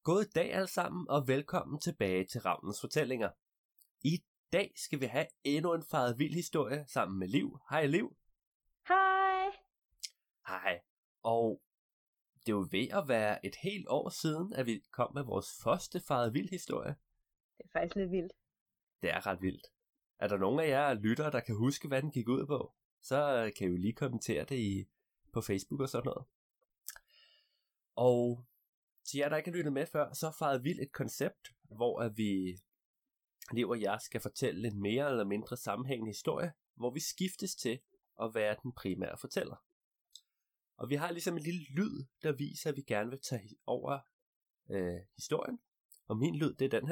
God dag alle sammen, og velkommen tilbage til Ravnens Fortællinger. I dag skal vi have endnu en faret vild historie sammen med Liv. Hej Liv. Hej. Hej. Og det er jo ved at være et helt år siden, at vi kom med vores første faret vild historie. Det er faktisk lidt vildt. Det er ret vildt. Er der nogen af jer lyttere, der kan huske, hvad den gik ud på? Så kan I jo lige kommentere det på Facebook og sådan noget. Og til jer, der ikke har lyttet med før, så er faret vild et koncept, hvor at vi, Liv og jeg, skal fortælle en mere eller mindre sammenhængende historie, hvor vi skiftes til at være den primære fortæller. Og vi har ligesom en lille lyd, der viser, at vi gerne vil tage over historien. Og min lyd, det er den her.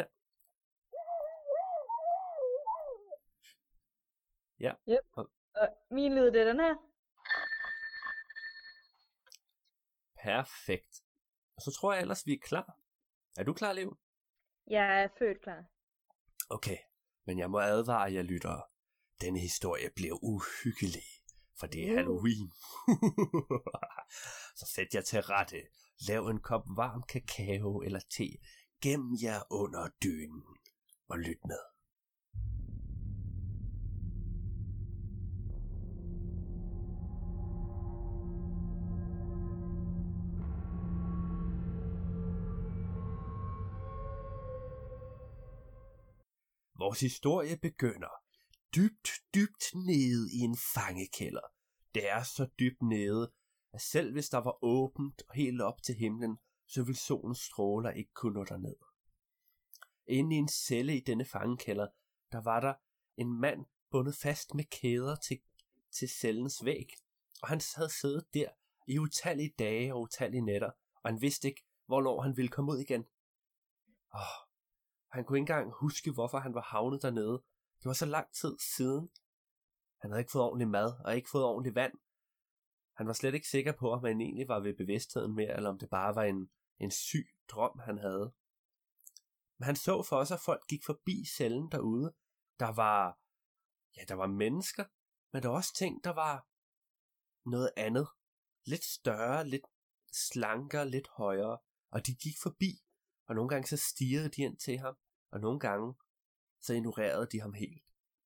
Ja. Yep. Og min lyd, det er den her. Perfekt. Og så tror jeg ellers, vi er klar. Er du klar, Liv? Jeg er født klar. Okay, men jeg må advare jer lyttere. Denne historie bliver uhyggelig, for det er Halloween. Så sæt jer til rette. Lav en kop varm kakao eller te. Gem jer under dynen. Og lyt med. Vores historie begynder dybt nede i en fangekælder. Det er så dybt nede, at selv hvis der var åbent og helt op til himlen, så ville solens stråler ikke kunne nå derned. Inde i en celle i denne fangekælder, der var der en mand bundet fast med kæder til cellens væg. Og han havde siddet der i utallige dage og utallige nætter, og han vidste ikke, hvornår han ville komme ud igen. Han kunne ikke engang huske, hvorfor han var havnet dernede. Det var så lang tid siden. Han havde ikke fået ordentlig mad og ikke fået ordentlig vand. Han var slet ikke sikker på, om han egentlig var ved bevidstheden mere, eller om det bare var en syg drøm, han havde. Men han så for sig, at folk gik forbi cellen derude. Der var mennesker, men der var også ting, der var noget andet. Lidt større, lidt slankere, lidt højere. Og de gik forbi. Og nogle gange så stirrede de ind til ham, og nogle gange så ignorerede de ham helt.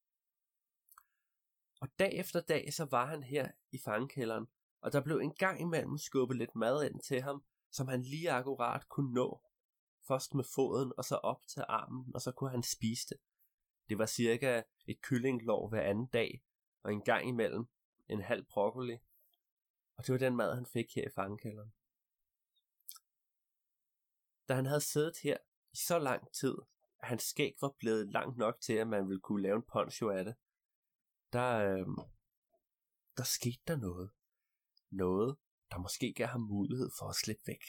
Og dag efter dag så var han her i fangekælderen, og der blev en gang imellem skubbet lidt mad ind til ham, som han lige akkurat kunne nå. Først med foden og så op til armen, og så kunne han spise det. Det var cirka et kyllinglår hver anden dag, og en gang imellem en halv broccoli. Og det var den mad, han fik her i fangekælderen. Da han havde siddet her i så lang tid, at hans skæg var blevet langt nok til, at man ville kunne lave en poncho af det, der skete der noget. Noget, der måske gav ham mulighed for at slippe væk.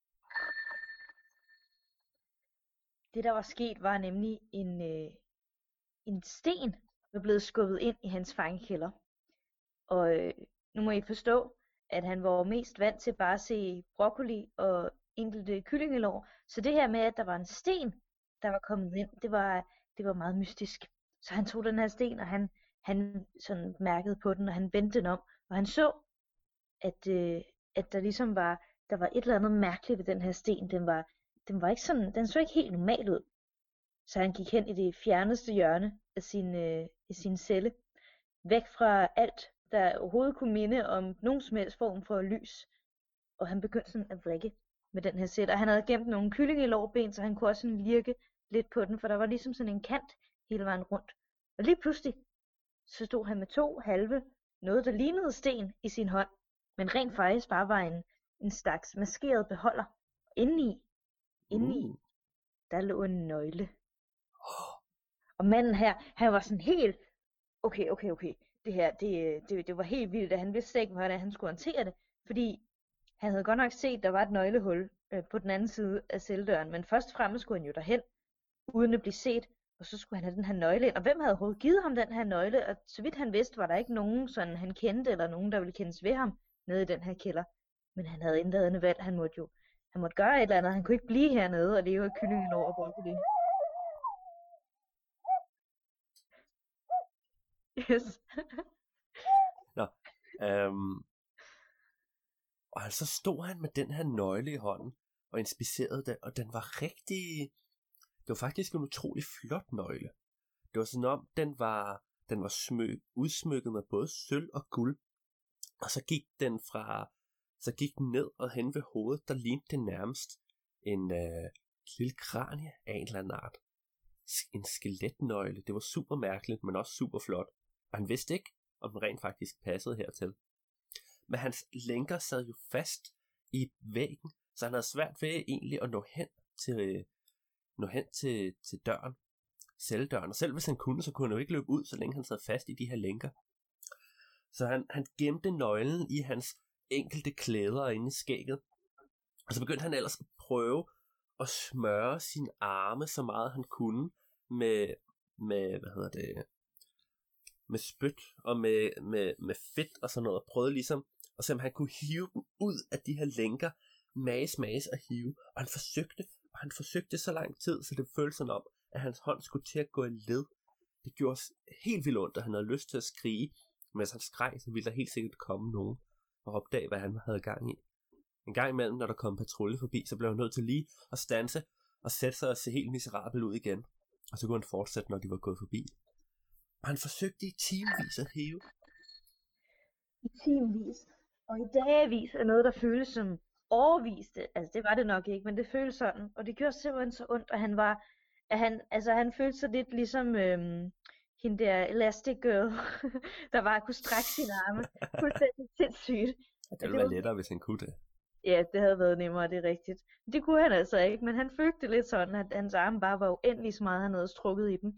Det der var sket var nemlig en sten, der blev skubbet ind i hans fangekælder. Og nu må I forstå, at han var mest vant til bare at se broccoli og enkelte kyllingelår. Så det her med, at der var en sten, der var kommet ind, det var meget mystisk. Så han tog den her sten, og han sådan mærkede på den, og han vendte den om, og han så, at der ligesom der var et eller andet mærkeligt ved den her sten. Den var ikke sådan, den så ikke helt normal ud. Så han gik hen i det fjerneste hjørne af sin celle, væk fra alt, der overhovedet kunne minde om nogen som helst form for lys. Og han begyndte sådan at vrikke med den her sæt, og han havde gemt nogle kylling i lårben, så han kunne også sådan lirke lidt på den, for der var ligesom sådan en kant hele vejen rundt. Og lige pludselig, så stod han med 2 halve, noget der lignede sten i sin hånd, men rent faktisk bare var en slags maskeret beholder. Indeni, der lå en nøgle. Og manden her, han var sådan helt, okay, det her, det var helt vildt, at han vidste ikke, hvordan han skulle håndtere det, fordi han havde godt nok set, at der var et nøglehul på den anden side af celledøren, men først og fremmest skulle han jo derhen, uden at blive set, og så skulle han have den her nøgle ind. Og hvem havde overhovedet givet ham den her nøgle? Og så vidt han vidste, var der ikke nogen, sådan han kendte, eller nogen, der ville kendes ved ham, nede i den her kælder. Men han havde intet andet valg. Han måtte gøre et eller andet. Han kunne ikke blive hernede og leve af kyllingen over broccoli. Yes. Nå, og så stod han med den her nøgle i hånden, og inspicerede den, og den var rigtig... Det var faktisk en utrolig flot nøgle. Det var sådan om, den var udsmykket med både sølv og guld, og så gik den ned og hen ved hovedet, der lignede det nærmest en lille kranie af en eller anden art. En skeletnøgle. Det var super mærkeligt, men også super flot. Og han vidste ikke, om den rent faktisk passede hertil. Men hans lænker sad jo fast i væggen, så han havde svært ved egentlig at nå hen til døren, celledøren. Og selv hvis han kunne, så kunne han jo ikke løbe ud, så længe han sad fast i de her lænker. Så han gemte nøglen i hans enkelte klæder inde i skægget. Og så begyndte han ellers at prøve at smøre sine arme så meget han kunne med med spyt og med fedt og sådan noget, og prøvede ligesom at se om han kunne hive dem ud af de her lænker, mages og hive, og han forsøgte så lang tid, så det føltes sådan om, at hans hånd skulle til at gå i led. Det gjorde helt vildt ondt, og han havde lyst til at skrige, men hvis han skreg, så ville der helt sikkert komme nogen og opdage, hvad han havde gang i. En gang imellem, når der kom patrulje forbi, så blev han nødt til lige at standse og sætte sig og se helt miserabel ud igen. Og så kunne han fortsætte, når de var gået forbi. Og han forsøgte i timevis at hæve. I timevis. Og i dagevis er noget, der føles som overviste. Altså det var det nok ikke, men det føltes sådan. Og det gjorde simpelthen så ondt, og han følte sig lidt ligesom hende der Elastic Girl, der bare kunne strække sine arme. Fuldstændig sindssygt. Det ville være lettere, hvis han kunne det. Ja, det havde været nemmere, det er rigtigt. Det kunne han altså ikke, men han følte det lidt sådan, at hans arme bare var uendelig så meget, han havde strukket i dem.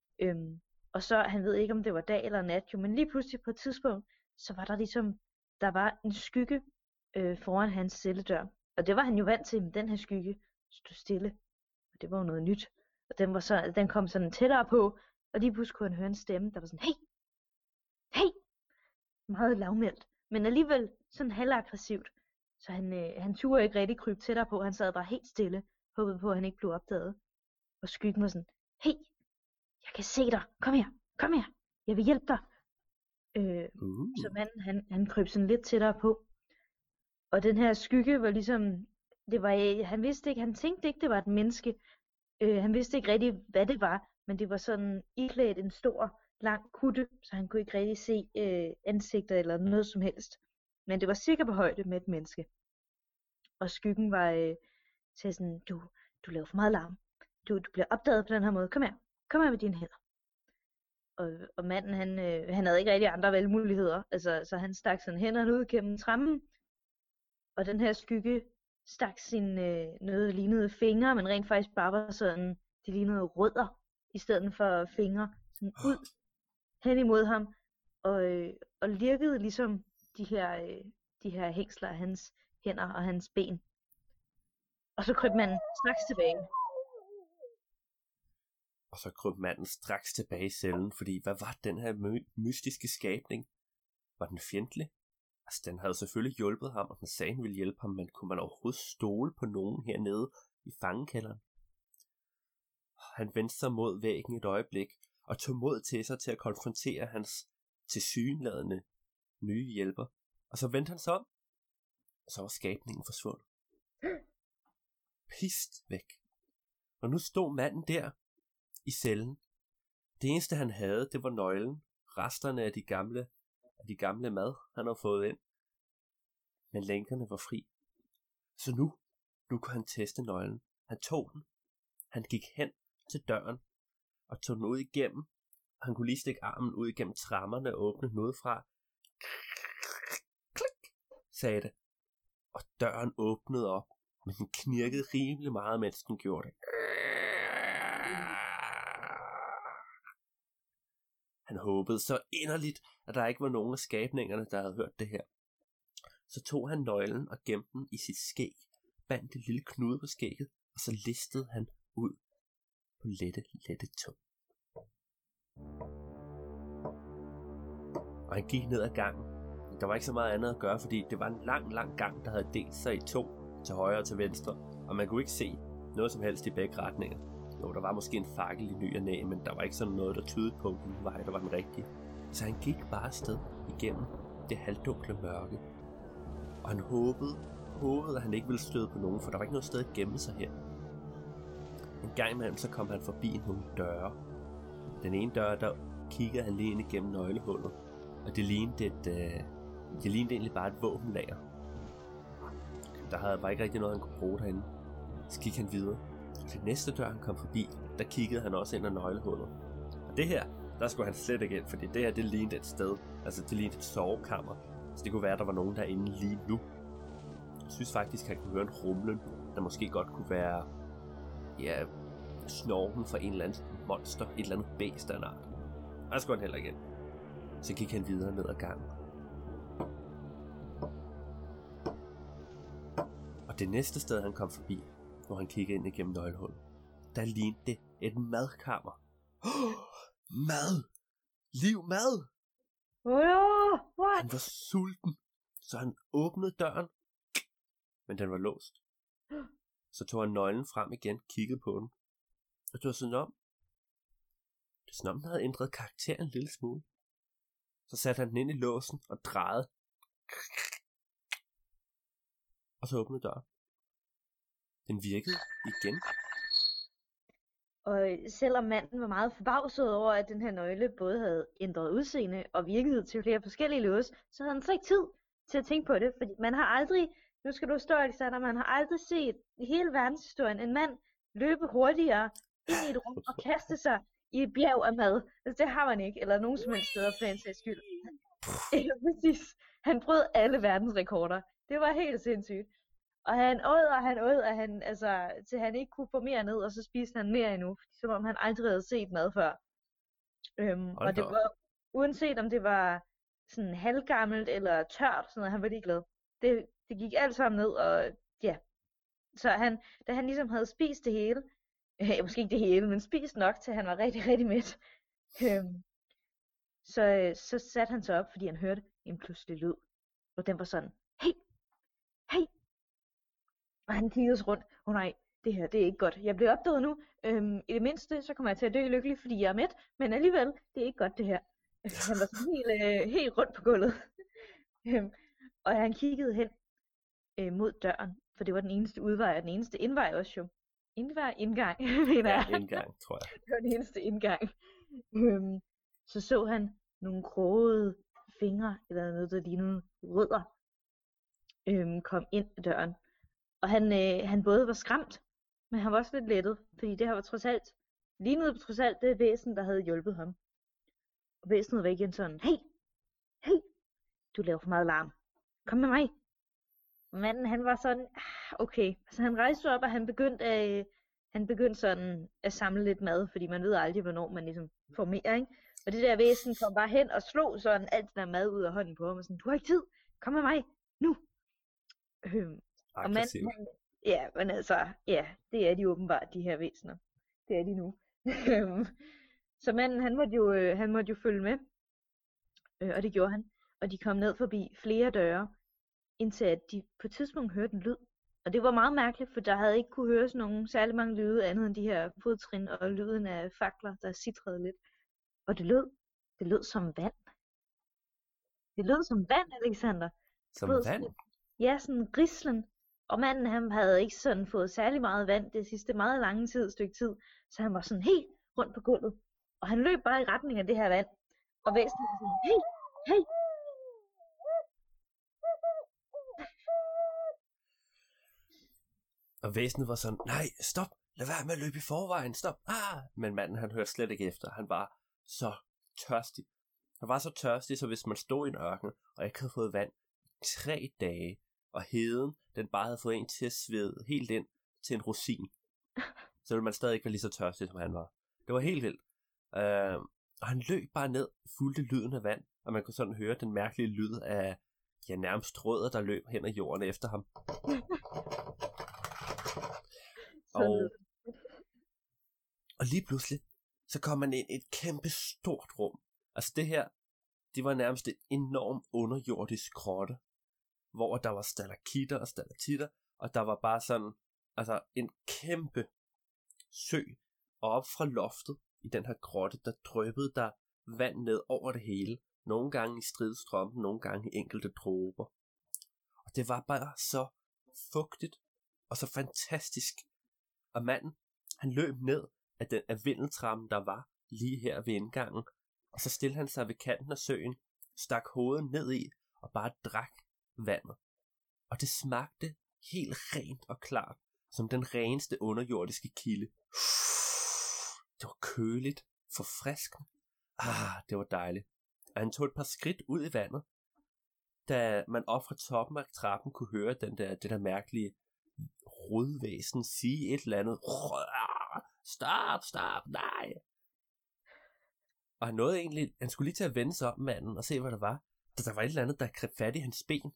Og så, han ved ikke, om det var dag eller nat, jo, men lige pludselig på et tidspunkt, så var der var en skygge foran hans celledør. Og det var han jo vant til, men den her skygge stod stille. Og det var jo noget nyt. Og den kom sådan tættere på, og lige pludselig kunne han høre en stemme, der var sådan, hey! Meget lavmældt, men alligevel sådan halvaggressivt. Så han turde ikke rigtig krybe tættere på, han sad bare helt stille, håbede på, at han ikke blev opdaget. Og skyggen var sådan, hey, jeg kan se dig, kom her, jeg vil hjælpe dig. Så manden, han kryb sådan lidt tættere på. Og den her skygge var ligesom, han tænkte ikke, det var et menneske. Han vidste ikke rigtig, hvad det var, men det var sådan iklædt en stor, lang kutte, så han kunne ikke rigtig se ansigter eller noget som helst. Men det var sikkert på højde med et menneske. Og skyggen var til sådan, du laver for meget larm. Du bliver opdaget på den her måde. Kom her med dine hænder. Og manden, han havde ikke rigtig andre valgmuligheder. Altså, så han stak sådan hænderne ud gennem trammen. Og den her skygge stak noget, der lignede fingre, men rent faktisk bare var sådan, det lignede rødder, i stedet for fingre, sådan ud hen imod ham. Og lirkede ligesom de her hængsler af hans hænder og hans ben. Og så kryb manden straks tilbage. Og så kryb manden straks tilbage i cellen, fordi hvad var den her mystiske skabning? Var den fjendtlig? Altså, den havde selvfølgelig hjulpet ham, og den sagde, den ville hjælpe ham, men kunne man overhovedet stole på nogen hernede i fangekælderen? Han vendte sig mod væggen et øjeblik, og tog mod til sig til at konfrontere hans tilsyneladende nye hjælper. Og så vendte han sig om, og så var skabningen forsvundet. Pist væk. Og nu stod manden der i cellen. Det eneste han havde, det var nøglen, resterne af de gamle mad, han havde fået ind. Men lænkerne var fri. Så nu kunne han teste nøglen. Han tog den. Han gik hen til døren og tog den ud igennem. Han kunne lige stikke armen ud igennem trammerne og åbne den udefra. Klik, sagde det. Og døren åbnede op, men den knirkede rimelig meget, mens den gjorde det. Han håbede så inderligt, at der ikke var nogen af skabningerne, der havde hørt det her. Så tog han nøglen og gemte den i sit skæg, bandt det lille knude på skægget, og så listede han ud på lette tog. Og han gik ned ad gangen. Der var ikke så meget andet at gøre, fordi det var en lang gang, der havde delt sig i to, til højre og til venstre, og man kunne ikke se noget som helst i begge retninger. Jo, der var måske en fakkel i ny og næ, men der var ikke sådan noget, der tydede på, hvilken vej der var den rigtige. Så han gik bare afsted igennem det halvdunkle mørke. Og han håbede håbede, at han ikke ville støde på nogen, for der var ikke noget sted at gemme sig her. En gang imellem, så kom han forbi nogle døre. Den ene dør, der kiggede han lige ind igennem nøglehullet, og det lignede egentlig bare et våbenlager. Der var ikke rigtig noget, han kunne bruge derinde. Så gik han videre. Til næste dør, han kom forbi, der kiggede han også ind ad nøglehullet. Og det her, der skulle han slet ikke ind, fordi det her, det lignede et sted. Altså, det lignede et sovekammer. Så det kunne være, at der var nogen derinde lige nu. Jeg synes faktisk, at han kunne høre en rumlen, der måske godt kunne være, ja, snorken fra en eller anden monster, et eller andet bæst af en art. Og der skulle han heller ikke ind. Så gik han videre ned ad gangen. Og det næste sted, han kom forbi, hvor han kiggede ind igennem nøglehullet, der lignede det et madkammer. Mad! Mad! What? Han var sulten, så han åbnede døren, men den var låst. Så tog han nøglen frem igen, kiggede på den, og det var sådan om. Det er sådan om, den havde ændret karakter en lille smule. Så satte han den ind i låsen og drejede. Og så åbnede døren. Den virkede igen. Og selvom manden var meget forbavset over, at den her nøgle både havde ændret udseende og virkede til flere forskellige låse, så havde han så ikke tid til at tænke på det, fordi man har aldrig, nu skal du forstå, Alexander, man har aldrig set i hele verdenshistorien en mand løbe hurtigere ind i et rum og kaste sig i et bjerg af mad. Altså, det har man ikke, eller nogen som helst steder for den sags skyld. Ja, præcis. Han brød alle verdens rekorder. Det var helt sindssygt. Og han åd, og han, altså, til han ikke kunne få mere ned, og så spiste han mere endnu, som om han aldrig havde set mad før. Og det var, uanset om det var sådan halvgammelt eller tørt, sådan noget, han var ligeglad. Det gik alt sammen ned, og ja. Så da han ligesom havde spist det hele, måske ikke det hele, men spist nok, til han var rigtig, rigtig mæt, så satte han sig op, fordi han hørte en pludselig lyd. Og den var sådan, hey, hey. Og han kiggede sig rundt. Nej, det her, det er ikke godt. Jeg bliver opdaget nu. I det mindste, så kommer jeg til at dø lykkelig, fordi jeg er mæt. Men alligevel, det er ikke godt det her. Han var sådan helt rundt på gulvet. Og han kiggede hen mod døren, for det var den eneste udvej, og den eneste indvej også jo. Indgang, mener jeg. Ja, indgang, tror jeg. Det var den eneste indgang. Så han nogle krogede fingre, eller noget, der lignede rødder, kom ind ad døren. Og han både var skræmt, men han var også lidt lettet, fordi det her var trods alt det væsen, der havde hjulpet ham. Og væsenet var igen sådan, hey, du laver for meget larm. Kom med mig. Og manden, han var sådan, okay. Så han rejste sig op, og han begyndte sådan at samle lidt mad, fordi man ved aldrig, hvornår man ligesom får mere, ikke? Og det der væsen kom bare hen og slog sådan alt den der mad ud af hånden på ham, og sådan, du har ikke tid, kom med mig, nu. Og manden, ja, men altså, ja, det er de åbenbart, de her væsener. Det er de nu. Så manden, han måtte jo følge med, og det gjorde han. Og de kom ned forbi flere døre, indtil at de på et tidspunkt hørte en lyd. Og det var meget mærkeligt, for der havde ikke kunne høres nogen særlig mange lyde andet end de her fodtrin og lyden af fakler, der sitrede lidt. Og det lød som vand. Det lød som vand, Alexander. Som vand? Ja, sådan rislen. Og manden, han havde ikke sådan fået særlig meget vand det sidste meget lange stykke tid. Så han var sådan helt rundt på gulvet. Og han løb bare i retning af det her vand. Og væsenet var sådan, hey. Og væsenet var sådan, nej, stop, lad være med at løbe i forvejen, stop. Men manden, han hørte slet ikke efter. Han var så tørstig. Han var så tørstig, så hvis man stod i en ørken, og ikke havde fået vand 3 dage, og heden, den bare havde fået en til at svede helt ind til en rosin, så ville man stadig ikke være lige så tørstig, som han var. Det var helt vildt. Og han løb bare ned, fulgte lyden af vand, og man kunne sådan høre den mærkelige lyd af, ja, nærmest rødder, der løb hen ad jorden efter ham. Og lige pludselig, så kom man ind i et kæmpe stort rum. Altså det her, det var nærmest et enormt underjordisk grotte, hvor der var stalaktitter og stalaktitter, og der var bare sådan, altså en kæmpe sø, og op fra loftet i den her grotte, der dryppede der vand ned over det hele, nogle gange i stridstrømpen, nogle gange i enkelte dråber. Og det var bare så fugtigt og så fantastisk. Og manden, han løb ned af vindeltrappen, der var lige her ved indgangen, og så stillede han sig ved kanten af søen, stak hovedet ned i og bare drak vandet. Og det smagte helt rent og klart, som den reneste underjordiske kilde. Det var køligt, forfriskende. Det var dejligt. Og han tog et par skridt ud i vandet, da man op fra toppen af trappen kunne høre det der mærkelige rodvæsen sige et eller andet. Stop, nej. Og han skulle lige til at vende sig om, manden, og se, hvad der var. Da der var et eller andet, der greb fat i hans ben.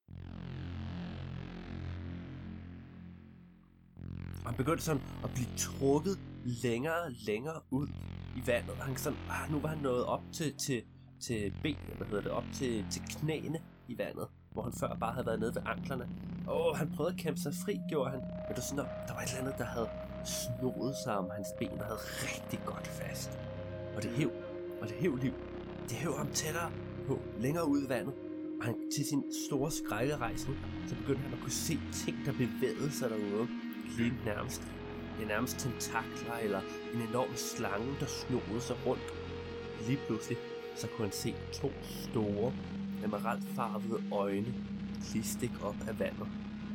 Og han begyndte sådan at blive trukket længere og længere ud i vandet. Og han sådan, nu var han nået op til ben, op til knæene i vandet, hvor han før bare havde været nede ved anklerne. Han prøvede at kæmpe sig fri, gjorde han. Men det var sådan, der var et eller andet, der havde snoet sig om hans ben, og havde rigtig godt fast. Og det hev ham tættere på, længere ud i vandet. Og han, til sin store skrækkerejsning, så begyndte han at kunne se ting, der bevægede sig derude. Lige nærmest tentakler eller en enorm slange, der snoede sig rundt. Lige pludselig, så kunne han se 2 store, emeraldfarvede øjne lige stikke op af vandet.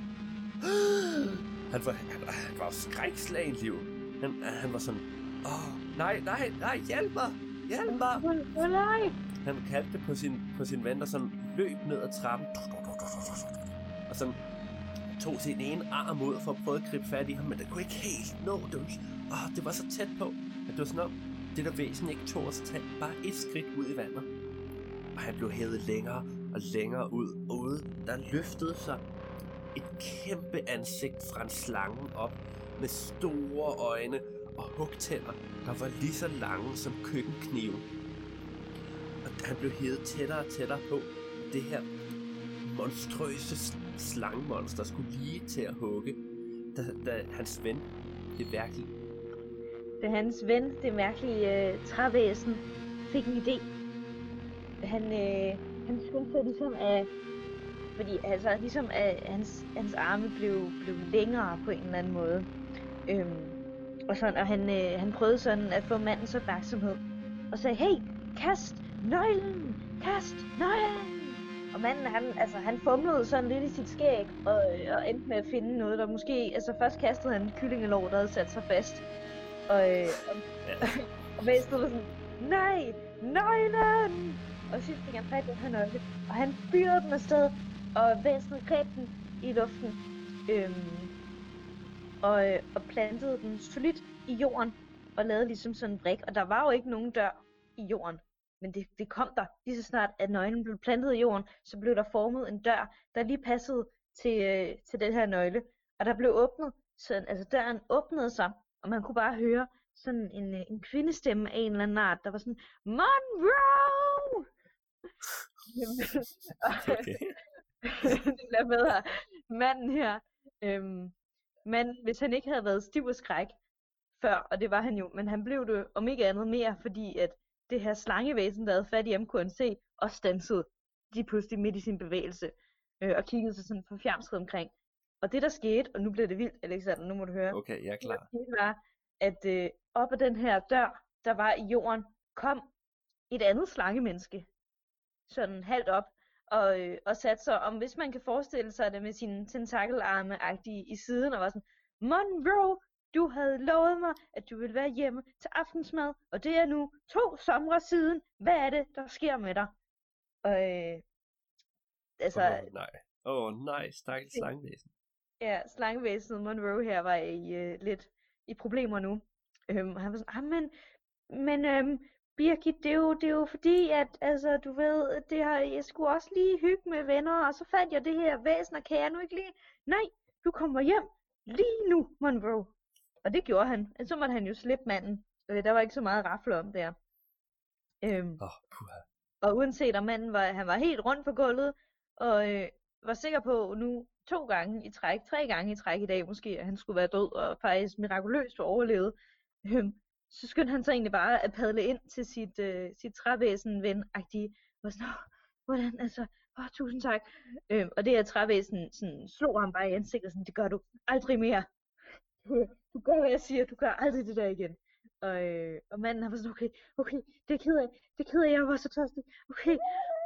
Han var jo skrækslagen, Liv. Han var sådan, nej, hjælp mig! Nej! Han kaldte på sin ven, der sådan løb ned ad trappen. Og sådan tog sin ene arm ud for at prøve at gribe fat i ham, men det kunne ikke helt nå. Det var så tæt på, at det var sådan om, det der væsen ikke tog os at tage bare et skridt ud i vandet. Og han blev hævet længere og længere ud, og ude der løftede sig et kæmpe ansigt fra en slange op, med store øjne og hugtænder, der var lige så lange som køkkenkniven. Og han blev hævet tættere og tættere på. Det her monstrøse slangemonster skulle lige til at hugge, da hans ven, det mærkelige trævæsen, fik en idé. Han skulle så ligesom hans arme blev længere på en eller anden måde. Og han prøvede sådan at få mandens opmærksomhed og sagde, hey, kast nøglen! Og manden, han fumlede sådan lidt i sit skæg og endte med at finde noget, der måske, først kastede han kyllingelår, der havde sat sig fast. Og væsenet var sådan, nej, nøglen! Og sidst fik han fat i den her nøgle, og han fyrede den afsted, og væsenet greb den i luften. Og plantede den solidt i jorden, og lavede ligesom sådan en brik. Og der var jo ikke nogen dør i jorden, men det kom der. Lige så snart at nøglen blev plantet i jorden, så blev der formet en dør, der lige passede til den her nøgle. Og der blev åbnet, døren åbnede sig, og man kunne bare høre sådan en kvindestemme af en eller anden art, der var sådan, Monroe! Okay. Det bliver bedre. Manden her, men hvis han ikke havde været stiv og skræk før, og det var han jo, men han blev det om ikke andet mere, fordi at det her slangevæsen, der havde fat i ham, kunne han se, og standsede de pludselig midt i sin bevægelse, og kiggede sig sådan forfjamsret omkring. Og det der skete, og nu bliver det vildt, Alexander, nu må du høre. Okay, jeg er klar. Det skete var, at op ad den her dør, der var i jorden, kom et andet slangemenneske, sådan halvt op, og satte sig om, hvis man kan forestille sig det med sine tentakelarme-agtige i siden, og var sådan, Monroe, du havde lovet mig, at du ville være hjemme til aftensmad, og det er nu 2 somre siden. Hvad er det, der sker med dig? Nej, stakkels slangevæsen. Ja, slangevæsenet Monroe her var lidt i problemer nu. Han var sådan, men Birgit, det er jo fordi, at du ved, jeg skulle også lige hygge med venner, og så fandt jeg det her væsen, og kan jeg nu ikke lige? Nej, du kommer hjem lige nu, Monroe. Og det gjorde han. Så måtte han jo slippe manden. Der var ikke så meget rafle om der. Og uanset om manden han var helt rundt på gulvet, og var sikker på nu 2 gange i træk, 3 gange i træk i dag måske, at han skulle være død, og faktisk mirakuløst overlevet. Så skyndte han så egentlig bare at padle ind til sit trævæsen-ven-agtige, og sådan, hvordan, tusind tak. Og det her trævæsen sådan, slog ham bare i ansigtet, sådan, det gør du aldrig mere. Du gør, hvad jeg siger, du gør aldrig det der igen. Og manden har sådan, okay, det er ked af, jeg var så tørstig. Okay.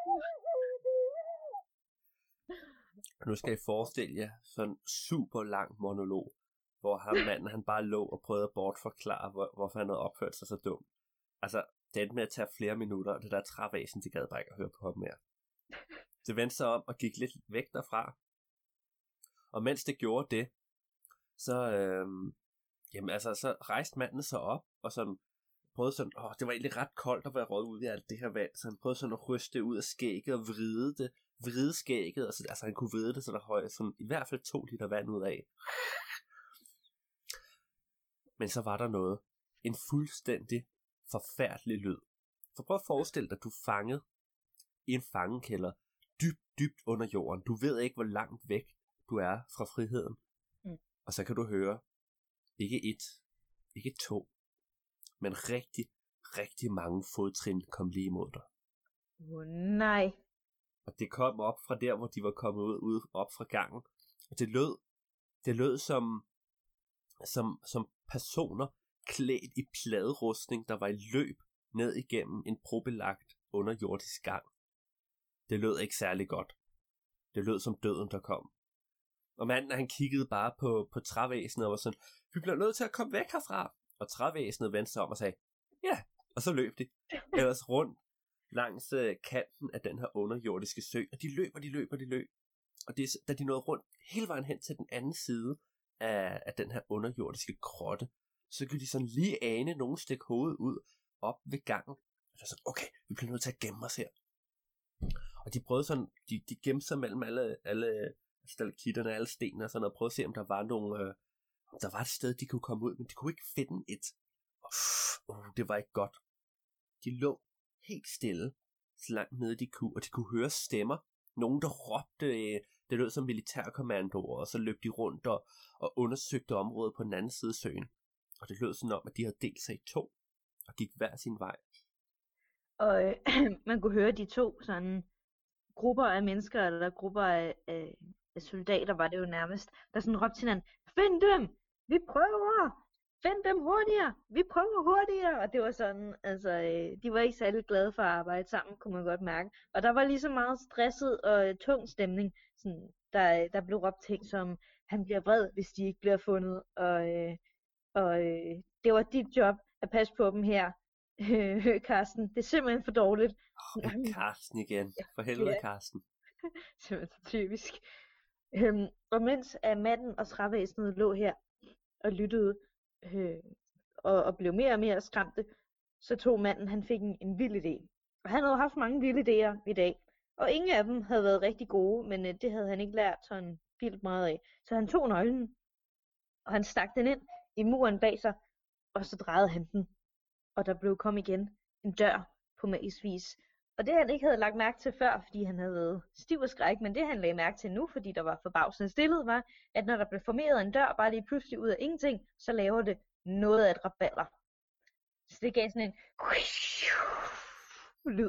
Nu skal I forestille jer sådan en super lang monolog, hvor manden han bare lå og prøvede at bortforklare, hvorfor han havde opført sig så dumt. Altså, det endte med at tage flere minutter, og det der trævæsen, det gad bare ikke at høre på ham mere. Det vendte sig om og gik lidt væk derfra. Og mens det gjorde det, så, så rejste manden sig op, og sådan prøvede sådan, det var egentlig ret koldt at være røget ud i alt det her vand, så han prøvede sådan at ryste det ud af skægget og vride skægget, og så, altså han kunne vride det, så der høj, sådan, i hvert fald 2 liter vand ud af. Men så var der noget. En fuldstændig forfærdelig lyd. For prøv at forestille dig, at du er fanget i en fangekælder, dybt under jorden. Du ved ikke, hvor langt væk du er fra friheden. Og så kan du høre, ikke 1, ikke 2, men rigtig mange fodtrin kom lige imod dig. Nej. Og det kom op fra der, hvor de var kommet ud op fra gangen. Og det lød som personer klædt i pladerustning, der var i løb ned igennem en probelagt underjordisk gang. Det lød ikke særlig godt. Det lød som døden, der kom. Og manden, han kiggede bare på trævæsenet og var sådan, vi bliver nødt til at komme væk herfra. Og trævæsenet vendte sig om og sagde, ja, og så løb de. Ellers rundt langs kanten af den her underjordiske sø. Og de løb. Og da de nåede rundt hele vejen hen til den anden side af den her underjordiske grotte, så kunne de sådan lige ane nogen stikke hovedet ud op ved gangen. Og så sådan, okay, vi bliver nødt til at gemme os her. Og de prøvede sådan, de gemte sig mellem alle stalaktitterne, alle stenene og sådan noget, og prøvede at se, om der var der var et sted, de kunne komme ud, men de kunne ikke finde et. Det var ikke godt. De lå helt stille, så langt nede de kunne, og de kunne høre stemmer. Nogen, der råbte, det lød som militærkommandoer, og så løb de rundt og undersøgte området på den anden side af søen. Og det lød sådan om, at de havde delt sig i 2, og gik hver sin vej. Og man kunne høre de 2 sådan grupper af mennesker, eller grupper af soldater, var det jo nærmest, der sådan råbte til hinanden, find dem! Vi prøver! Find dem hurtigere! Vi prøver hurtigere! Og det var sådan, altså, de var ikke særlig glade for at arbejde sammen, kunne man godt mærke. Og der var lige så meget stresset og tung stemning, sådan, der blev råbt ting som, han bliver vred, hvis de ikke bliver fundet, og det var dit job at passe på dem her, Karsten. Det er simpelthen for dårligt. Karsten igen. For helvede, Karsten. Simpelthen så typisk. Og mens manden og trævæsenet lå her og lyttede og blev mere og mere skræmte, så tog manden, han fik en vild idé. Og han havde haft mange vilde idéer i dag, og ingen af dem havde været rigtig gode, men det havde han ikke lært sådan vildt meget af. Så han tog nøglen, og han stak den ind i muren bag sig, og så drejede han den. Og der blev kom igen en dør på magisk vis. Og det han ikke havde lagt mærke til før, fordi han havde været stiv og skræk, men det han lagde mærke til nu, fordi der var forbavsende stillet, var, at når der blev formeret en dør bare lige pludselig ud af ingenting, så laver det noget af et rabalder. Så det gav sådan en lyd.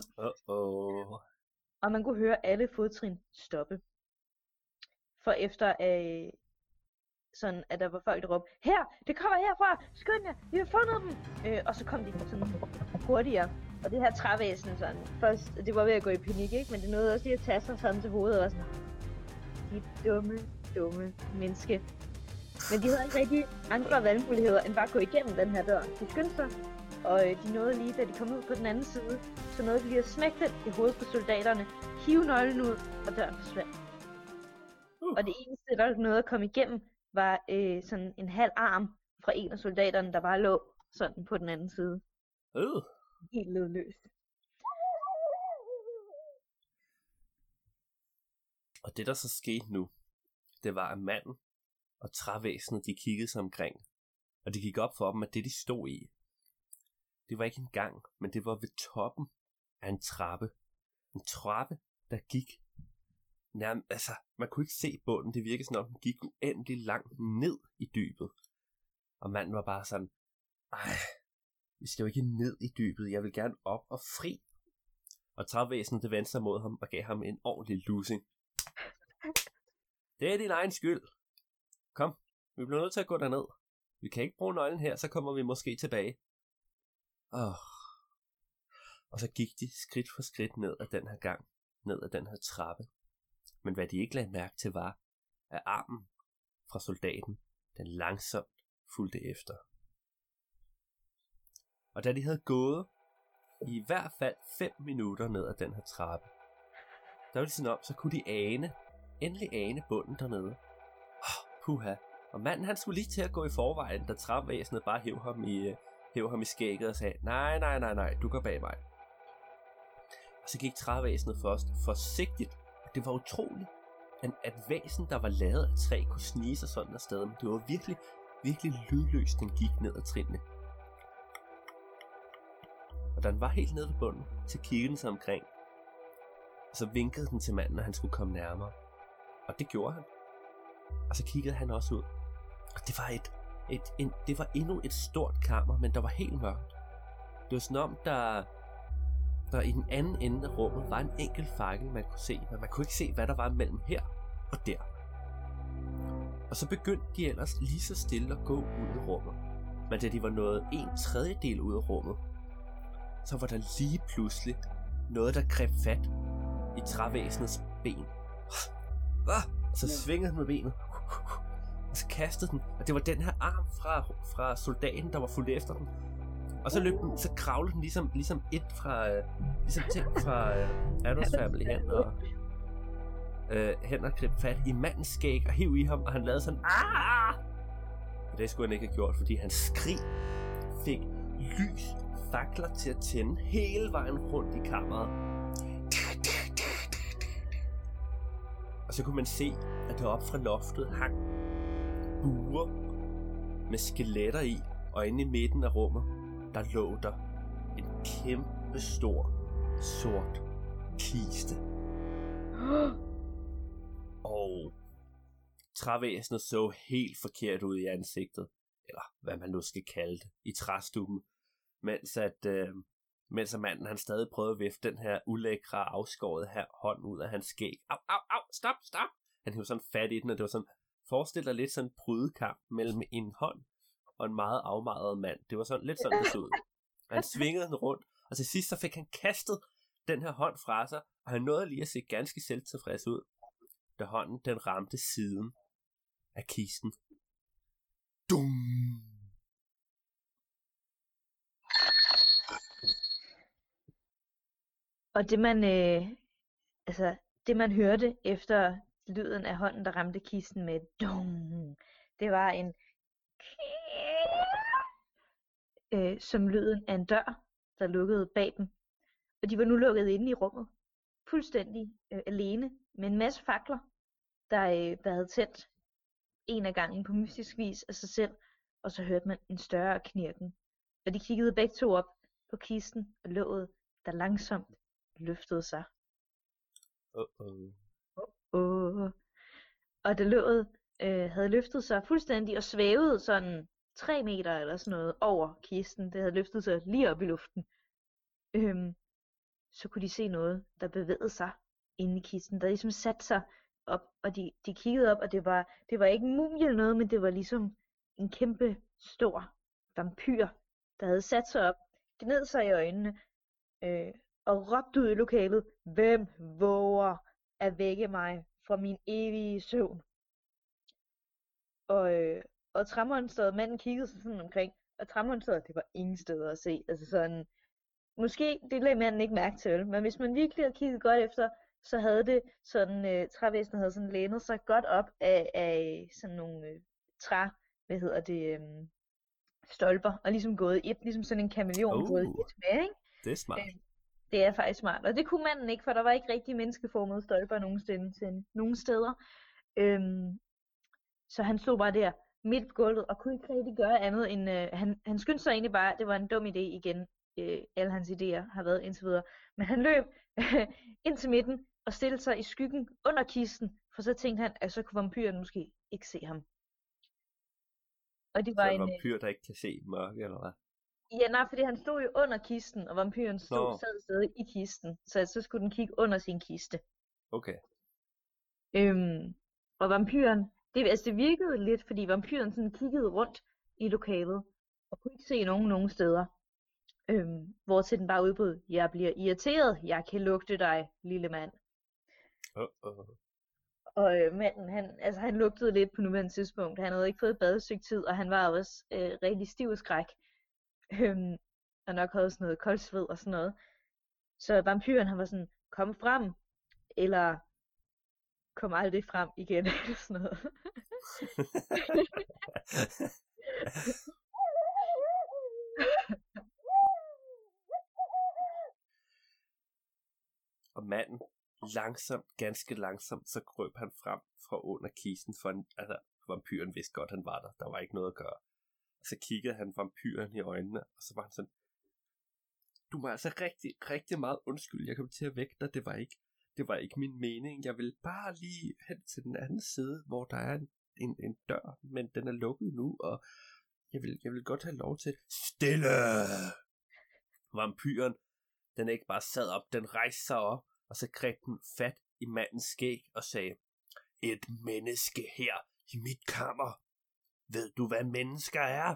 Og man kunne høre alle fodtrin stoppe. For efter sådan, at der var folk, der råbte, her, det kommer herfra, skynd jer, vi har fundet dem. Og så kom de sådan hurtigere. Og det her trævæsen sådan, først, det var ved at gå i panik, ikke? Men det nåede også lige at tage sig sådan til hovedet og sådan, de dumme menneske. Men de havde ikke rigtig andre valgmuligheder, end bare at gå igennem den her dør. De skyndte sig, og de nåede lige, da de kom ud på den anden side, så nåede de lige at smække den i hovedet på soldaterne, hive nøglen ud, og døren forsvandt. Og det eneste, der nåede at komme igennem, var sådan en halv arm fra en af soldaterne, der bare lå sådan på den anden side. Helt lydløst. Og det der så skete nu, det var, at manden og trævæsenet, de kiggede sig omkring. Og det gik op for dem, at det de stod i, det var ikke en gang, men det var ved toppen af en trappe. En trappe, der gik nærmest, altså man kunne ikke se bunden, det virkede sådan, at den gik uendelig langt ned i dybet. Og manden var bare sådan, vi skal jo ikke ned i dybet, jeg vil gerne op og fri. Og trævæsenet det vendte sig mod ham og gav ham en ordentlig lussing. Det er din egen skyld. Kom, vi bliver nødt til at gå derned. Vi kan ikke bruge nøglen her, så kommer vi måske tilbage. Og så gik de skridt for skridt ned ad den her gang, ned ad den her trappe. Men hvad de ikke lagde mærke til var, at armen fra soldaten, den langsomt fulgte efter. Og da de havde gået i hvert fald 5 minutter ned ad den her trappe, der var de sådan om, så kunne de endelig ane bunden dernede. Puha. Og manden han skulle lige til at gå i forvejen, da trappevæsenet bare hæv ham i skægget og sagde, nej, du går bag mig. Og så gik trappevæsenet først forsigtigt. Det var utroligt, at væsen, der var lavet af træ, kunne snige sig sådan afsted. Men det var virkelig, virkelig lydløst, den gik ned ad trinene. Og da den var helt nede ved bunden, så kiggede den sig omkring. Og så vinkede den til manden, at han skulle komme nærmere. Og det gjorde han. Og så kiggede han også ud. Og det var det var endnu et stort kammer, men der var helt mørkt. Det var sådan om, der i den anden ende af rummet var en enkelt fakkel, man kunne se, men man kunne ikke se, hvad der var mellem her og der. Og så begyndte de ellers lige så stille at gå ud i rummet. Men da de var nået 1/3 ud af rummet, så var der lige pludselig noget, der greb fat i trævæsenets ben. Og så svingede den med benet, og så kastede den, og det var den her arm fra soldaten, der var fulgt efter den. Og så løb den, så kravlede den ligesom et fra Addams Family hen og greb fat i mandens skæg og hiv i ham, og han lavede sådan Og det skulle han ikke have gjort, fordi hans skrig fik fakler til at tænde hele vejen rundt i kammeret. Og så kunne man se, at deroppe fra loftet hang buer med skeletter i, og inde i midten af rummet, der lå der en kæmpe stor sort kiste. Og trævæsenet så helt forkert ud i ansigtet, eller hvad man nu skal kalde det, i træstubben, mens manden han stadig prøvede at vifte den her ulækre afskårede her hånd ud af hans skæg. Au, stop! Han hævde sådan fat i den, og det var sådan, forestil dig lidt sådan en prydekamp mellem en hånd og en meget afmagret mand. Det var sådan lidt sådan, det så ud. Han svingede den rundt, og til sidst så fik han kastet den her hånd fra sig, og han nåede lige at se ganske selvtilfreds ud, da hånden den ramte siden af kisten. Dum! Og det man hørte efter lyden af hånden, der ramte kisten med dum, det var en som lyden af en dør, der lukkede bag dem. Og de var nu lukket inde i rummet, fuldstændig alene, med en masse fakler, der havde tændt en af gangen på mystisk vis af sig selv, og så hørte man en større knirken. Og de kiggede begge to op på kisten og låget, der langsomt løftede sig. Og da låget havde løftet sig fuldstændig og svævede sådan 3 meter eller sådan noget over kisten, det havde løftet sig lige op i luften, så kunne de se noget, der bevægede sig inde i kisten, der ligesom satte sig op, og de kiggede op, og det var ikke en mumie eller noget, men det var ligesom en kæmpe stor vampyr, der havde sat sig op, gned sig i øjnene, og råbte ud i lokalet, hvem våger at vække mig fra min evige søvn? Og træmonsteret, manden kiggede sig sådan omkring, og træmonsteret, det var ingen steder at se, altså sådan, måske det lagde manden ikke mærke til, men hvis man virkelig havde kigget godt efter, så havde det sådan, trævæsenet havde sådan lænet sig godt op af sådan nogle stolper, og ligesom gået et, ligesom sådan en kameleon gået et med, ikke? Det er smart. Det er faktisk smart, og det kunne manden ikke, for der var ikke rigtig menneskeformede stolper nogen steder. Så han stod bare der midt på gulvet og kunne ikke rigtig gøre andet end han skyndte sig egentlig bare, det var en dum idé igen. Alle hans idéer har været indtil videre, men han løb ind til midten og stillede sig i skyggen under kisten, for så tænkte han, at så kunne vampyren måske ikke se ham. Og det var en vampyr, der ikke kan se mørke, eller hvad? Ja, nej, fordi han stod jo under kisten, og vampyren sad stadig i kisten, så skulle den kigge under sin kiste. Okay. Og vampyren, det virkede lidt, fordi vampyren sådan kiggede rundt i lokalet, og kunne ikke se nogen steder. Hvortil den bare udbrød, jeg bliver irriteret, jeg kan lugte dig, lille mand. Og manden, han lugtede lidt på nuværende tidspunkt. Han havde ikke fået et bad et stykke tid, og han var også rigtig stiv og skræk. Og nok havde sådan noget koldsved og sådan noget. Så vampyren, han var sådan, kom frem, eller kom aldrig frem igen, eller sådan noget. Og manden, ganske langsomt, så krøb han frem fra under kisten, altså vampyren vidste godt, han var der. Der var ikke noget at gøre. Og så kiggede han vampyren i øjnene, og så var han sådan, du må altså rigtig, rigtig meget undskylde, jeg kom til at vække dig, det var ikke min mening, jeg vil bare lige hen til den anden side, hvor der er en dør, men den er lukket nu, og jeg vil godt have lov til. Stille! Vampyren, den ikke bare sad op, den rejste sig op, og så greb den fat i mandens skæg og sagde, et menneske her i mit kammer. Ved du, hvad mennesker er?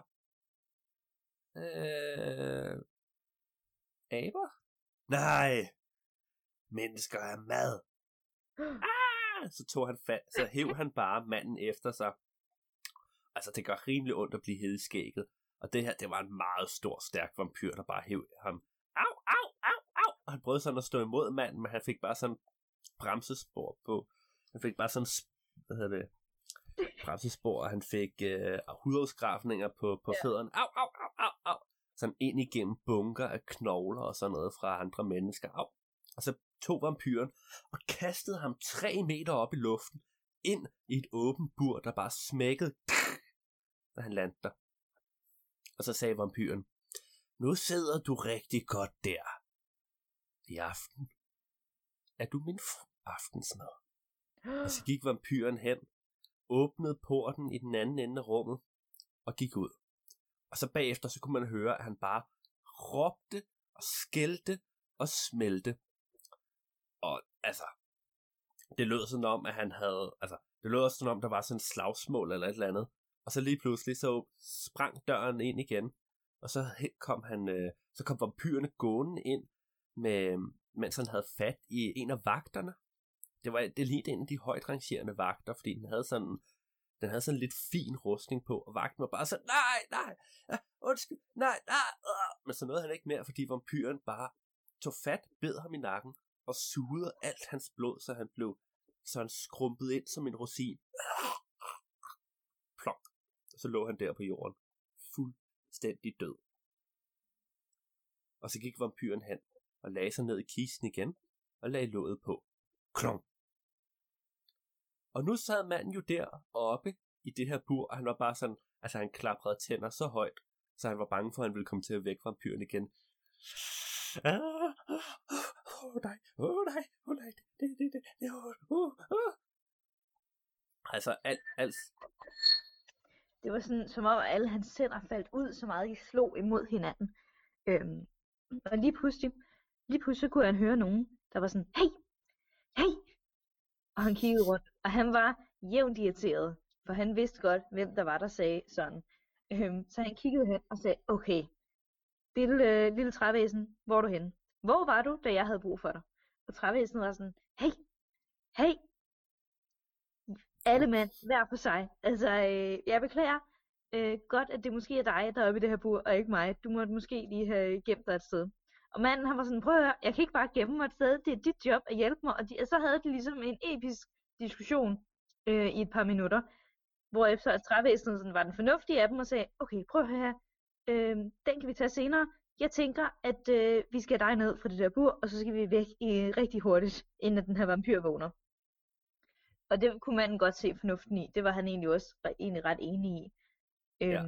Aber? Nej, mennesker er mad. Så tog han fat, så hæv han bare manden efter sig. Altså, det gør rimelig ondt at blive hedet i skægget. Og det her, det var en meget stor, stærk vampyr, der bare hæv ham. Au, au, au, au. Og han prøvede sådan at stå imod manden, men han fik bare sådan bremsespor på. Han fik bare sådan, bremsespor, og han fik hudafskrafninger på fødderne. Au, au, au, au, au. Sådan ind igennem bunker af knogler og sådan noget fra andre mennesker. Au. Og så tog vampyren og kastede ham 3 meter op i luften, ind i et åbent bur, der bare smækkede, da han landte der. Og så sagde vampyren, nu sidder du rigtig godt der. I aften er du min aftensmad. Og så gik vampyren hen, åbnede porten i den anden ende af rummet, og gik ud. Og så bagefter, så kunne man høre, at han bare råbte og skældte og smelte. Og altså, det lød sådan om, at han havde, det lød også sådan om, der var sådan en slagsmål eller et eller andet. Og så lige pludselig, så sprang døren ind igen. Og så kom vampyrene gående ind, mens han havde fat i en af vagterne. Det lignede en af de højt rangerende vagter, fordi den havde sådan lidt fin rustning på, og vagten var bare sådan, nej, undskyld, nej, men så nåede han ikke mere, fordi vampyren bare tog fat, bed ham i nakken, og sugede alt hans blod, så han blev sådan skrumpet ind som en rosin. Plonk. Og så lå han der på jorden, fuldstændig død. Og så gik vampyren hen, og lagde sig ned i kisten igen, og lagde låget på. Klong. Og nu sad manden jo der oppe i det her bur, og han var bare sådan, han klaprede tænder så højt, så han var bange for, at han ville komme til at vække vampyren igen. Nej, altså alt. Det var sådan, som om alle hans tænder faldt ud, så meget de slog imod hinanden. Og lige pludselig kunne han høre nogen, der var sådan, hey! Og han kiggede rundt, og han var jævnt irriteret, for han vidste godt, hvem der var, der sagde sådan. Så han kiggede hen og sagde, okay, lille trævæsen, hvor er du henne? Hvor var du, da jeg havde brug for dig? Og trævæsenet var sådan, hey! Alle mænd, hver for sig. Altså, jeg beklager godt, at det måske er dig, der er oppe i det her bur, og ikke mig. Du måtte måske lige have gemt dig et sted. Og manden, han var sådan, prøv at høre, jeg kan ikke bare gemme mig et sted, det er dit job at hjælpe mig. Og så havde de ligesom en episk diskussion i et par minutter, hvorefter at trævæsenet sådan var den fornuftige af dem og sagde, okay, prøv at høre, den kan vi tage senere. Jeg tænker, at vi skal dig ned fra det der bur, og så skal vi væk rigtig hurtigt, inden den her vampyr vågner. Og det kunne manden godt se fornuften i. Det var han egentlig også ret enig i. Ja.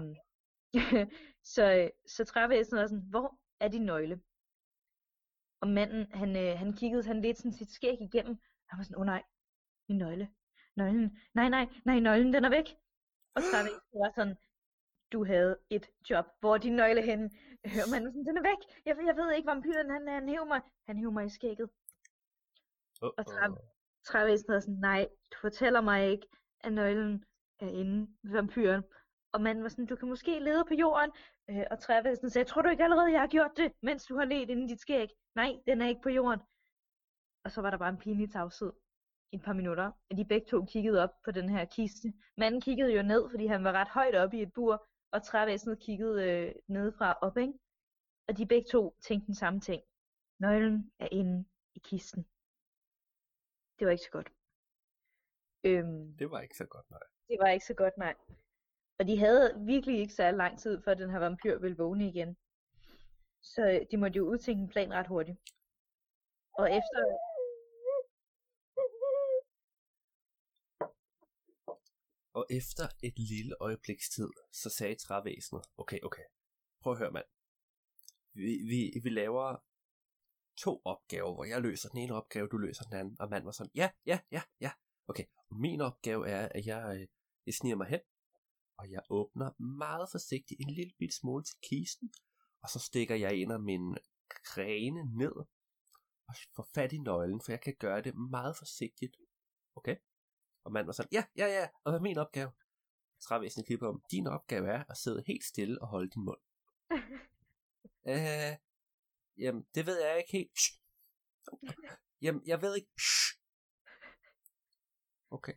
Så trævæsenet var sådan, hvor er din nøgle? Og manden, han kiggede sådan lidt sådan sit skæg igennem. Han var sådan, nej, min nøgle. Nøglen, nej, nøglen den er væk. Og trævæsenet var sådan, du havde et job. Hvor er din nøgle henne? Manden var sådan, den er væk. Jeg ved ikke, vampyren han hæver mig i skægget. Og trævæsenet er sådan, nej, du fortæller mig ikke, at nøglen er inde ved vampyren. Og manden var sådan, du kan måske lede på jorden. Og trævæsenet sagde, tror du ikke allerede, jeg har gjort det, mens du har ledt inde i dit skæg? Nej, den er ikke på jorden. Og så var der bare en pinlig tavshed i et par minutter. Og de begge to kiggede op på den her kiste. Manden kiggede jo ned, fordi han var ret højt oppe i et bur. Og trævæsenet kiggede nedefra op, ikke? Og de begge to tænkte den samme ting. Nøglen er inde i kisten. Det var ikke så godt. Det var ikke så godt, nej. Det var ikke så godt, nej. Og de havde virkelig ikke særlig lang tid, før den her vampyr ville vågne igen. Så de måtte jo udtænke en plan ret hurtigt. Og efter et lille øjebliks tid, så sagde trævæsenet, okay, prøv at høre, mand. Vi laver 2 opgaver, hvor jeg løser den ene opgave, du løser den anden, og manden var sådan, ja. Okay, og min opgave er, at jeg sniger mig hen, og jeg åbner meget forsigtigt en lille bit smule til kisten, og så stikker jeg en af mine grene ned, og får fat i nøglen, for jeg kan gøre det meget forsigtigt. Okay? Og manden var sådan, ja, og hvad er min opgave? Trævæsenet kigger på ham, din opgave er at sidde helt stille og holde din mund. Jamen, det ved jeg ikke helt. Jamen, jeg ved ikke. Okay.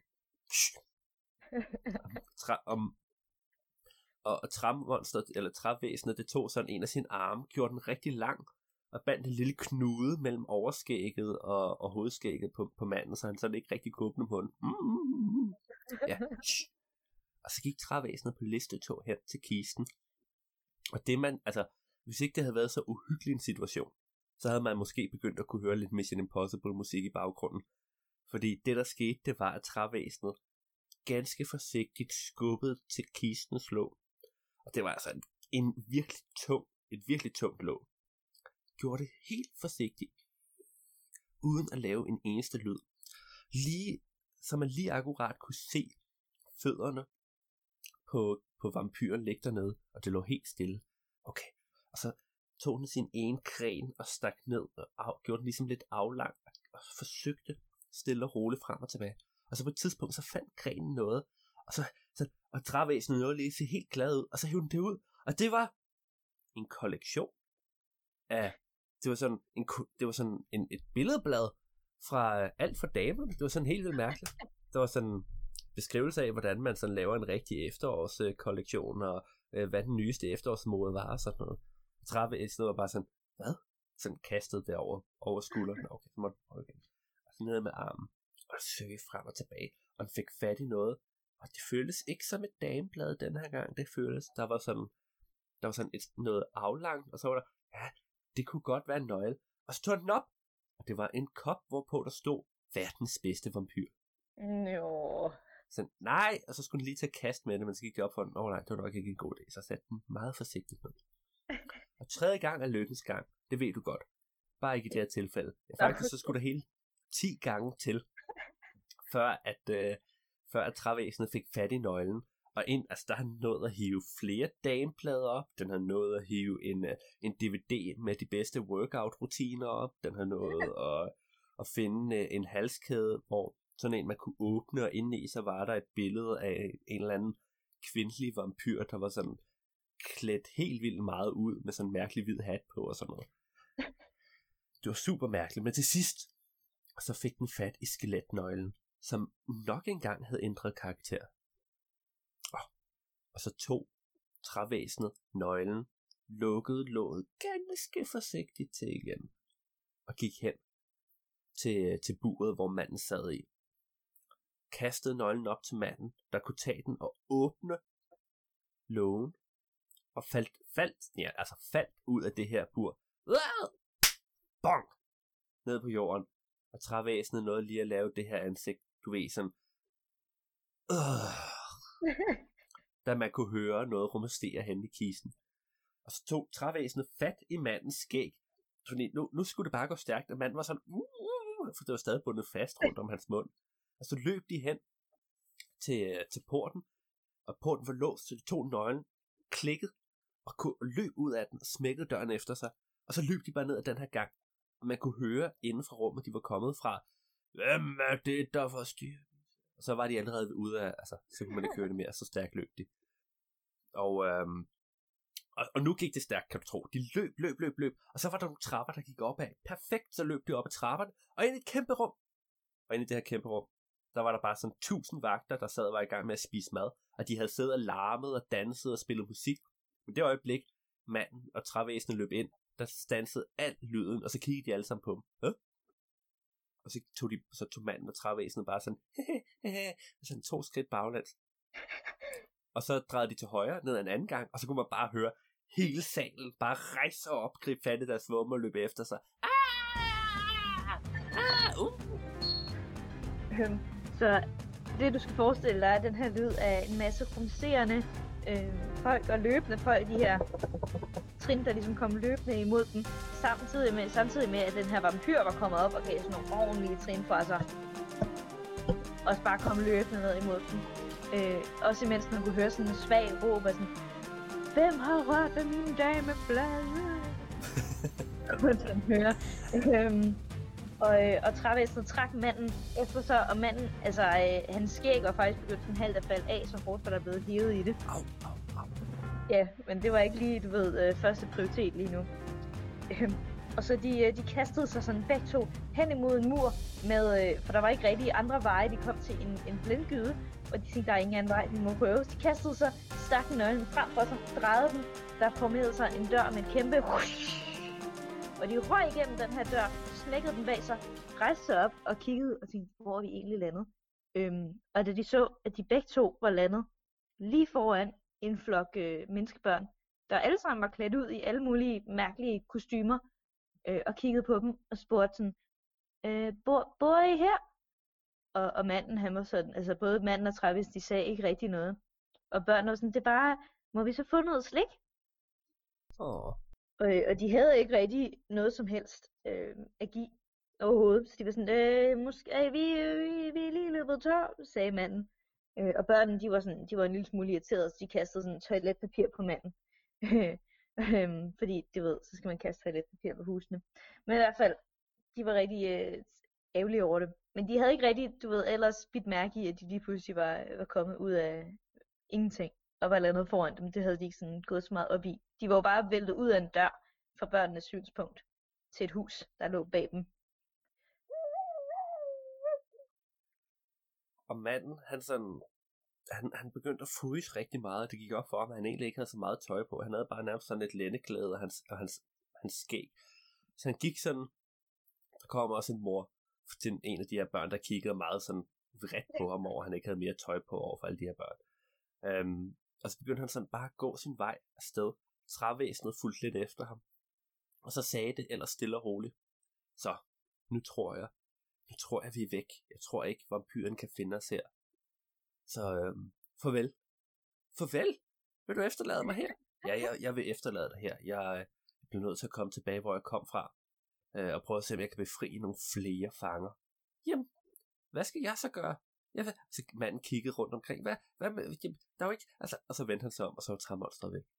Og træmonsteret, eller trævæsenet, det tog sådan en af sine arme, gjorde den rigtig lang, og bandt en lille knude mellem overskægget og hovedskægget på manden, så han sådan ikke rigtig kunne åbne munden. Ja. Og så gik trævæsenet på listetog hen til kisten. Og det man, altså, hvis ikke det havde været så uhyggelig en situation, så havde man måske begyndt at kunne høre lidt Mission Impossible musik i baggrunden. Fordi det der skete, det var, at trævæsenet ganske forsigtigt skubbede til kistens låg. Og det var altså et virkelig tungt låg. Gjorde det helt forsigtigt, uden at lave en eneste lyd. Så man lige akkurat kunne se fødderne på vampyren ligge dernede, og det lå helt stille. Okay, og så tog den sin ene gren og stak ned, og gjorde den ligesom lidt aflang, og forsøgte stille og roligt frem og tilbage. Og så på et tidspunkt, så fandt grenen noget, og trævæsenet nåede lige at se helt glad ud, og så hævde den det ud, og det var en kollektion af, det var sådan et billedblad fra alt for damerne. Det var sådan helt vildt mærkeligt. Der var sådan en beskrivelse af, hvordan man sådan laver en rigtig efterårskollektion, og hvad den nyeste efterårsmode var, og sådan noget. Trævæsenet var bare sådan, hvad? Sådan kastet det over skulderen. Okay, så måtte jeg igen. Og så ned med armen, og søge frem og tilbage, og den fik fat i noget, og det føltes ikke som et dameblad den her gang. Det føltes, der var sådan noget aflangt, og så var der, ja, det kunne godt være en nøgle. Og så tog den op, og det var en kop, hvorpå der stod verdens bedste vampyr. Jo. Så nej, og så skulle den lige tage kast med det, men så gik det op for den, nej, det var nok ikke en god idé. Så satte den meget forsigtigt ned. Og 3. gang er lykkens gang, det ved du godt. Bare ikke i det her tilfælde. Ja, faktisk så skulle der hele 10 gange til, før at trævæsenet fik fat i nøglen. Og der har nået at hive flere dameplader op. Den har nået at hive en DVD med de bedste workout-rutiner op. Den har nået at finde en halskæde, hvor sådan en man kunne åbne, og inde i så var der et billede af en eller anden kvindelig vampyr, der var sådan klædt helt vildt meget ud med sådan en mærkelig hvid hat på og sådan noget. Det var super mærkeligt, men til sidst så fik den fat i skeletnøglen, som nok engang havde ændret karakter. Og så tog trævæsenet nøglen, lukkede låget ganske forsigtigt til igen, og gik hen til buret, hvor manden sad i. Kastede nøglen op til manden, der kunne tage den og åbne lågen, og faldt ud af det her bur. Bong! Ned på jorden, og trævæsenet nåede lige at lave det her ansigt, du ved, sådan da man kunne høre noget rumstere hen i kisten. Og så tog trævæsenet fat i mandens skæg, fordi nu skulle det bare gå stærkt, og manden var sådan, for det var stadig bundet fast rundt om hans mund. Og så løb de hen til porten, og porten var låst, så de tog nøglen, klikkede og løb ud af den og smækkede døren efter sig. Og så løb de bare ned ad den her gang. Og man kunne høre inden fra rummet, de var kommet fra. Hvem er det, der forstyrrer? Og så var de allerede ude af, altså, så kunne man ikke høre det mere, så stærkt løb de. Og nu gik det stærkt, kan du tro. De løb. Og så var der nogle trapper, der gik opad. Perfekt, så løb de op ad trapperne. Og ind i et kæmpe rum. Og ind i det her kæmpe rum, der var der bare sådan 1000 vagter, der sad og var i gang med at spise mad. Og de havde siddet og larmet og danset og spillet musik. Men det øjeblik, manden og trævæsenet løb ind, der stansede al lyden, og så kiggede de alle sammen på dem. Og så tog manden og trævæsenet bare sådan, og sådan 2 skridt baglæns. Og så drejede de til højre ned en anden gang, og så kunne man bare høre hele salen bare rejse sig op, gribe fat i deres våben og løbe efter sig. Så det du skal forestille dig er den her lyd af en masse rumserende folk og løbende folk, de her trin, der ligesom kom løbende imod dem, samtidig med at den her vampyr var kommet op og gav sådan nogle ordentlige trin fra sig. Også bare kom løbende ned imod dem. Også imens man kunne høre sådan en svag råb af sådan, hvem har rørt ved mine dameblade? Kunne man sådan høre. Og trævæsenet trak manden efter sig, og manden, altså hans skæg var faktisk begyndt sådan halvt at falde af, så hårdt var der blevet hivet i det. Au. Ja, men det var ikke lige, du ved, første prioritet lige nu. Og så de kastede sig sådan begge to hen imod en mur, for der var ikke rigtig andre veje, de kom til en blindgyde, og de tænkte, der er ingen anden vej, vi må prøve. De kastede sig, stak nøglen frem for sig, drejede den, der formerede sig en dør med en kæmpe og de røg igennem den her dør, smækkede den bag sig, rejste sig op og kiggede og tænkte, hvor er vi egentlig landet? Og da de så, at de begge to var landet lige foran en flok menneskebørn, der alle sammen var klædt ud i alle mulige mærkelige kostymer, og kiggede på dem og spurgte sådan, bor I her? Og manden, han var sådan, altså både manden og Travis, de sagde ikke rigtig noget. Og børnene var sådan, det er bare, må vi så få noget slik? Og de havde ikke rigtig noget som helst at give overhovedet. Så de var sådan, måske vi er lige løbet tør, sagde manden. Og børnene, de var en lille smule irriterede, så de kastede sådan toiletpapir på manden. Fordi, du ved, så skal man kaste toiletpapir på husene. Men i hvert fald, de var rigtig ærgerlige over det. Men de havde ikke rigtig, du ved, ellers bidt mærke i, at de lige pludselig var kommet ud af ingenting. Og var landet foran dem. Det havde de ikke sådan gået så meget op i. De var jo bare væltet ud af en dør fra børnenes synspunkt til et hus, der lå bag dem. Og manden, han begyndte at fryse rigtig meget. Det gik op for ham, at han egentlig ikke havde så meget tøj på. Han havde bare nærmest sådan et lændeklæde og hans skæg. Så han gik sådan. Der kom også en mor til en af de her børn, der kiggede meget sådan vredt på ham over, at han ikke havde mere tøj på over for alle de her børn. Og så begyndte han sådan bare at gå sin vej afsted. Trævæsenet fulgte lidt efter ham. Og så sagde det ellers stille og roligt. Så, nu tror jeg, vi er væk. Jeg tror ikke, vampyren kan finde os her. Så, farvel. Farvel? Vil du efterlade mig her? Ja, jeg vil efterlade dig her. Jeg bliver nødt til at komme tilbage, hvor jeg kom fra. Og prøve at se, om jeg kan befri nogle flere fanger. Jamen, hvad skal jeg så gøre? Så manden kiggede rundt omkring. Hvad med? Jamen, der var ikke... Altså, og så vendte han sig om, og så var træmonstret væk.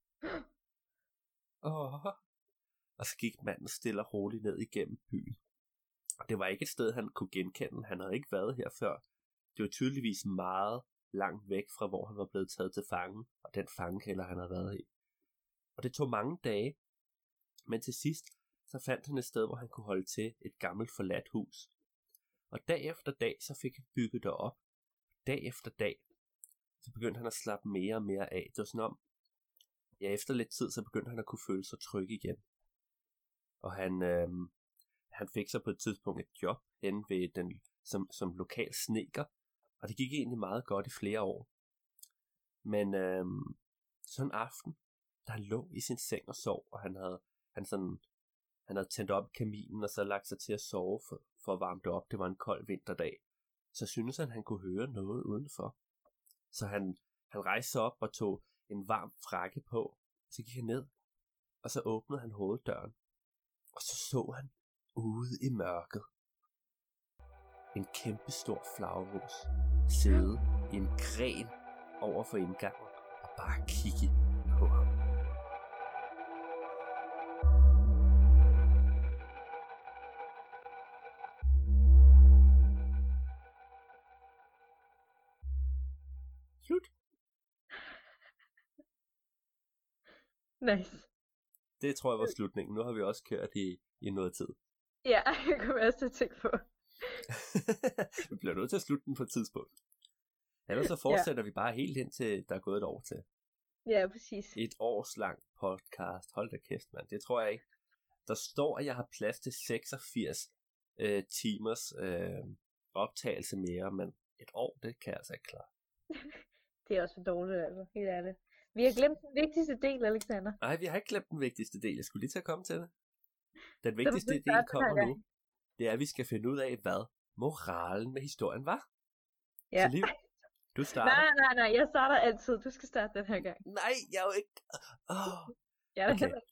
Og så gik manden stille og roligt ned igennem byen. Og det var ikke et sted, han kunne genkende. Han havde ikke været her før. Det var tydeligvis meget langt væk fra, hvor han var blevet taget til fange, og den fangekælder, han havde været i. Og det tog mange dage, men til sidst, så fandt han et sted, hvor han kunne holde til, et gammelt forladt hus. Og dag efter dag, så fik han bygget det op. Dag efter dag, så begyndte han at slappe mere og mere af. Det var sådan om, ja, efter lidt tid, så begyndte han at kunne føle sig tryg igen. Og han fik så på et tidspunkt et job inde ved som lokal snedker, og det gik egentlig meget godt i flere år. Men sådan en aften, da han lå i sin seng og sov, og han havde tændt op i kaminen, og så lagt sig til at sove for at varme det op. Det var en kold vinterdag. Så syntes han kunne høre noget udenfor. Så han rejste sig op og tog en varm frakke på. Så gik han ned, og så åbnede han hoveddøren. Og så han ude i mørket en kæmpe stor flagermus sidde i en gren over for indgangen og bare kigge Slut. Nice. Det tror jeg var slutningen. Nu har vi også kørt i noget tid. Ja, jeg kommer også til at tænke på. Vi bliver nødt til at slutte den på et tidspunkt. Ellers så fortsætter vi bare helt ind til, der er gået et år til. Ja, præcis. Et års lang podcast. Hold da kæft, mand. Det tror jeg ikke. Der står, at jeg har plads til 86 timers optagelse mere, men et år, det kan jeg altså ikke klare. Det er også for dårligt, altså. Helt ærligt. Vi har glemt den vigtigste del, Alexander. Nej, vi har ikke glemt den vigtigste del. Jeg skulle lige til at komme til det. Den Så vigtigste du del starter kommer her. nu. Det er, at vi skal finde ud af, hvad moralen med historien var. Ja. Så Liv, du starter. Nej, jeg starter altid. Du skal starte den her gang. Nej, jeg er jo ikke... Jeg er Okay.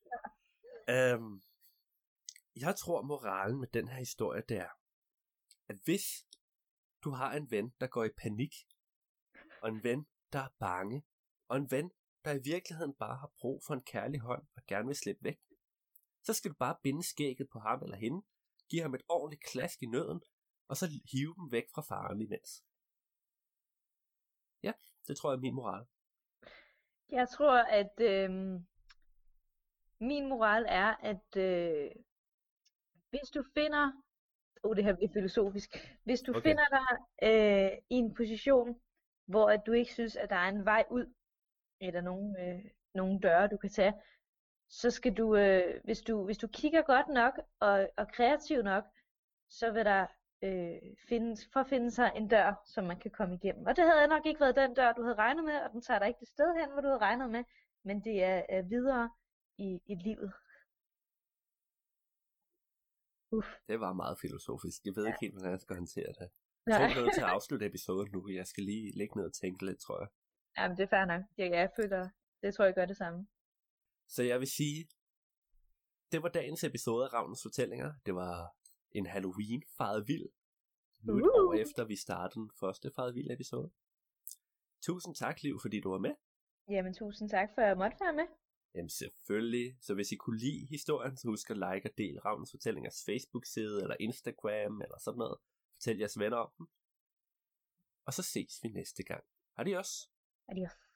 Jeg tror, moralen med den her historie, det er, at hvis du har en ven, der går i panik, og en ven, der er bange, og en ven, der i virkeligheden bare har brug for en kærlig hånd og gerne vil slippe væk, så skal du bare binde skægget på ham eller hende, give ham et ordentligt klask i nøden, og så hive dem væk fra faren imens. Ja, det tror jeg er min moral. Jeg tror, at min moral er, at hvis du finder... det her bliver filosofisk. Hvis du Okay. finder dig i en position, hvor at du ikke synes, at der er en vej ud, eller nogle døre, du kan tage, så skal du, hvis du kigger godt nok og kreativ nok, så vil der finde sig en dør, som man kan komme igennem. Og det havde nok ikke været den dør, du havde regnet med, og den tager dig ikke det sted hen, hvor du havde regnet med, men det er videre i livet. Det var meget filosofisk. Jeg ved ikke helt, hvordan jeg skal håndtere det. Nej. Jeg tror, jeg er nødt til at afslutte episoden nu. Jeg skal lige ligge ned og tænke lidt, tror jeg. Jamen, det er fair nok. Jeg føler, det tror jeg gør det samme. Så jeg vil sige, det var dagens episode af Ravnens Fortællinger. Det var en Halloween faret vild. Nu et år efter, vi startede den første faret vild episode. Tusind tak, Liv, fordi du var med. Jamen, tusind tak for, at jeg måtte være med. Jamen selvfølgelig. Så hvis I kunne lide historien, så husk at like og del Ravnens Fortællingers Facebook-side, eller Instagram, eller sådan noget. Fortæl jeres venner om den. Og så ses vi næste gang. Adios. Adios.